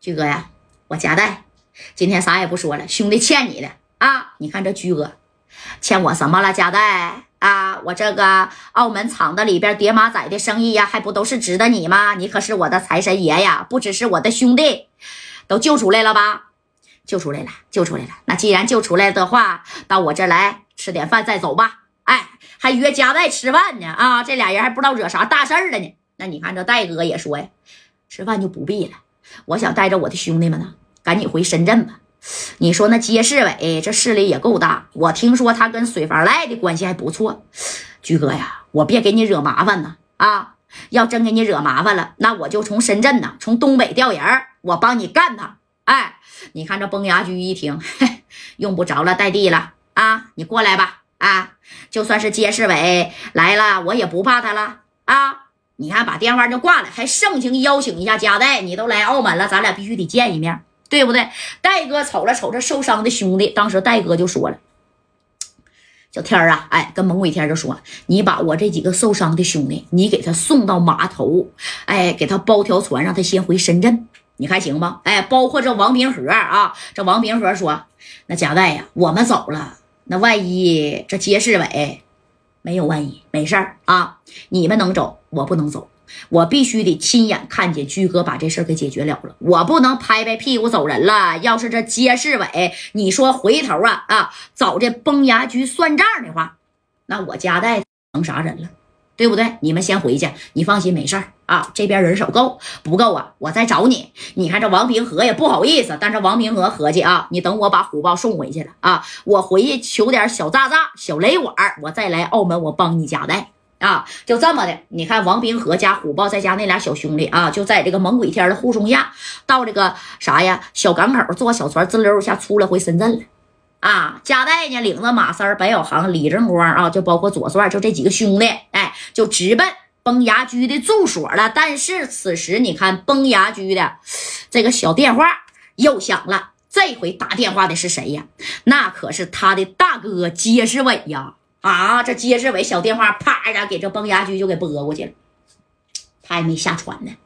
居哥呀，我夹带今天啥也不说了，兄弟欠你的啊！你看这居哥欠我什么了？夹带啊，我这个澳门厂子里边叠马仔的生意呀，还不都是指的你吗？你可是我的财神爷呀，不只是我的兄弟，都救出来了吧？救出来了，救出来了。那既然救出来的话，到我这儿来吃点饭再走吧。哎，还约夹带吃饭呢啊！这俩人还不知道惹啥大事儿了呢。那你看这戴哥也说呀，吃饭就不必了，我想带着我的兄弟们呢，赶紧回深圳吧。你说那街市委这势力也够大，我听说他跟水房赖的关系还不错。居哥呀，我别给你惹麻烦呢啊！要真给你惹麻烦了，那我就从深圳呢，从东北调人，我帮你干他。哎，你看这崩牙驹一听，嘿，用不着了，代弟了啊，你过来吧啊！就算是街市委来了，我也不怕他了啊！你看把电话就挂了，还盛情邀请一下夹带，你都来澳门了，咱俩必须得见一面。对不对？戴哥瞅了瞅这受伤的兄弟，当时戴哥就说了：“小天儿啊，哎，跟猛鬼天就说，你把我这几个受伤的兄弟，你给他送到码头，哎，给他包条船，让他先回深圳，你看行吗？哎，包括这王平和啊，这王平和说，那夹带呀，我们走了，那万一这街市委没有万一，没事儿啊，你们能走，我不能走。”我必须得亲眼看见居哥把这事儿给解决了，我不能拍拍屁股走人了。要是这街市委你说回头找这崩牙驹算账的话，那我夹带能啥人了，对不对？你们先回去，你放心没事儿啊，这边人手够不够啊，我再找你。你看这王平和也不好意思，但是王平和合计啊，你等我把虎豹送回去了啊，我回去求点小炸小雷管，我再来澳门我帮你夹带啊，就这么的。你看王平和加虎豹再加那俩小兄弟啊，就在这个猛鬼天的护送下，到这个啥呀小港口，坐小船滋溜一下出来回深圳了啊。夹带呢领着马三、白小航、李正光啊，就包括左帅，就这几个兄弟，哎，就直奔崩牙驹的住所了。但是此时你看崩牙驹的这个小电话又响了，这回打电话的是谁呀？那可是他的大哥街市委呀。啊！这街市委小电话啪一下给这崩牙驹就给拨过去了，他还没下船呢。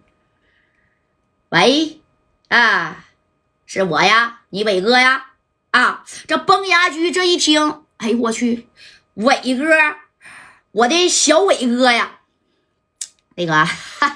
喂，啊，是我呀，你伟哥呀？啊，这崩牙驹这一听，哎呦我去，伟哥，我的小伟哥呀，那个，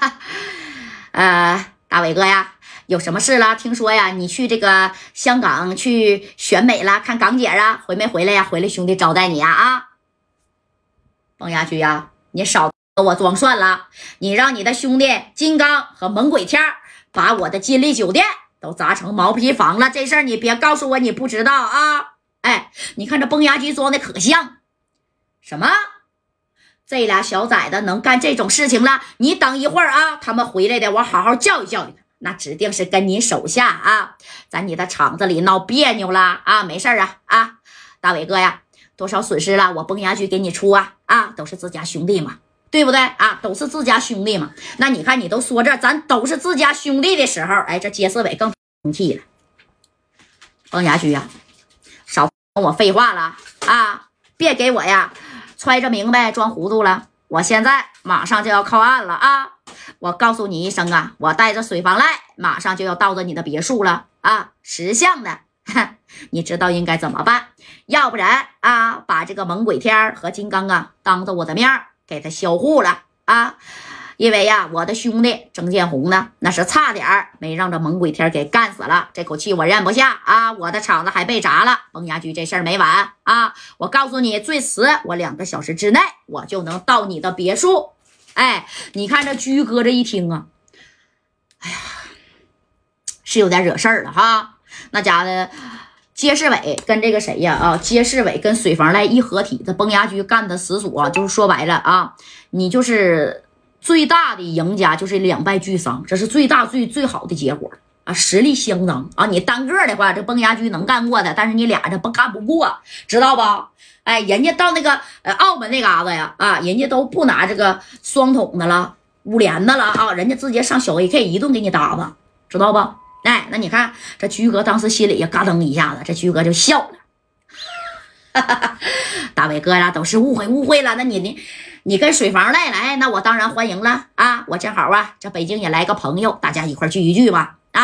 大伟哥呀。有什么事了？听说呀，你去这个香港去选美了，看港姐啊，回没回来呀？回来兄弟招待你呀！啊，崩牙驹呀，你少跟我装蒜了！你让你的兄弟金刚和猛鬼天把我的金利酒店都砸成毛坯房了，这事儿你别告诉我你不知道啊！哎，你看这崩牙驹装的可像什么？这俩小崽子能干这种事情了？你等一会儿啊，他们回来的，我好好教育教育他。那指定是跟你手下啊，在你的厂子里闹别扭了啊！没事啊，大伟哥呀，多少损失了，我崩牙驹给你出啊！都是自家兄弟嘛，对不对啊？都是自家兄弟嘛。那你看你都说这咱都是自家兄弟的时候，哎，这街市委更生气了。崩牙驹呀，少跟我废话了啊！别给我呀揣着明白装糊涂了。我现在马上就要靠岸了啊！我告诉你一声啊，我带着水房赖马上就要到着你的别墅了啊！识相的，你知道应该怎么办？要不然啊，把这个猛鬼天和金刚啊当着我的面给他销户了啊！因为呀，我的兄弟郑建红呢，那是差点没让这猛鬼天给干死了，这口气我咽不下啊！我的厂子还被砸了，崩牙驹这事儿没完啊！我告诉你，最迟我2个小时之内，我就能到你的别墅。哎，你看这居哥这一听啊，哎呀，是有点惹事儿了哈。那家的街市委跟这个谁呀街市委跟水房赖一合体，这崩牙驹干的死所就是说白了啊，你就是最大的赢家，就是2败俱伤，这是最大最好的结果啊，实力相当啊。你单个的话，这崩牙驹能干过的，但是你俩这不干不过，知道吧？哎，人家到那个澳门那嘎子呀人家都不拿这个双筒的了，5连的了啊，人家直接上小 AK 一顿给你打吧，知道吧？哎，那你看这居哥当时心里也嘎噔一下子，这居哥就笑了，大伟哥呀，都是误会了，那你跟水房赖来，那我当然欢迎了啊！我正好啊，这北京也来个朋友，大家一块聚一聚吧啊！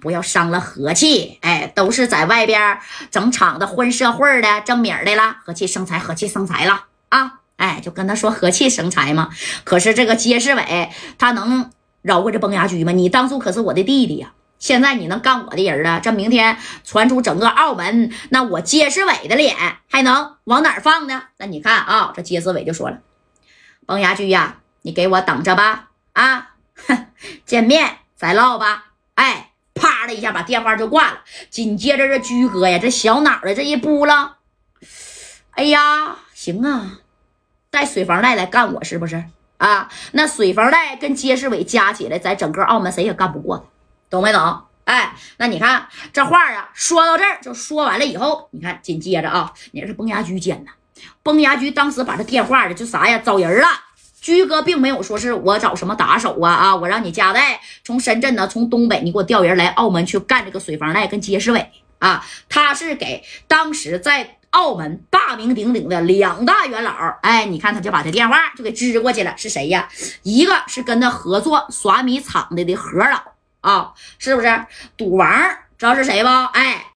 不要伤了和气。哎，都是在外边整场的混社会的挣米的了，和气生财，和气生财了啊！哎，就跟他说和气生财嘛。可是这个街市委他能饶过这崩牙驹吗？你当初可是我的弟弟呀，现在你能干我的人了？这明天传出整个澳门，那我街市委的脸还能往哪儿放呢？那你看啊，这街市委就说了，崩牙驹呀，你给我等着吧啊，见面再唠吧。哎，啪的一下把电话就挂了。紧接着这驹哥呀，这小脑袋这一扑了，哎呀，行啊，带水房贷来干我是不是啊？那水房贷跟街市委加起来，在整个澳门谁也干不过他，懂没懂？哎，那你看这话啊，说到这儿就说完了以后，你看紧接着啊，你是崩牙驹捡的。崩牙驹当时把这电话的就啥呀，找人了。驹哥并没有说是我找什么打手啊，我让你家代从深圳呢，从东北你给我调人来澳门去干这个水房贷跟街市委啊。他是给当时在澳门大名鼎鼎的2大元老，哎，你看他就把这电话就给支过去了。是谁呀？一个是跟他合作耍米厂的何老啊，是不是？赌王知道是谁不？哎，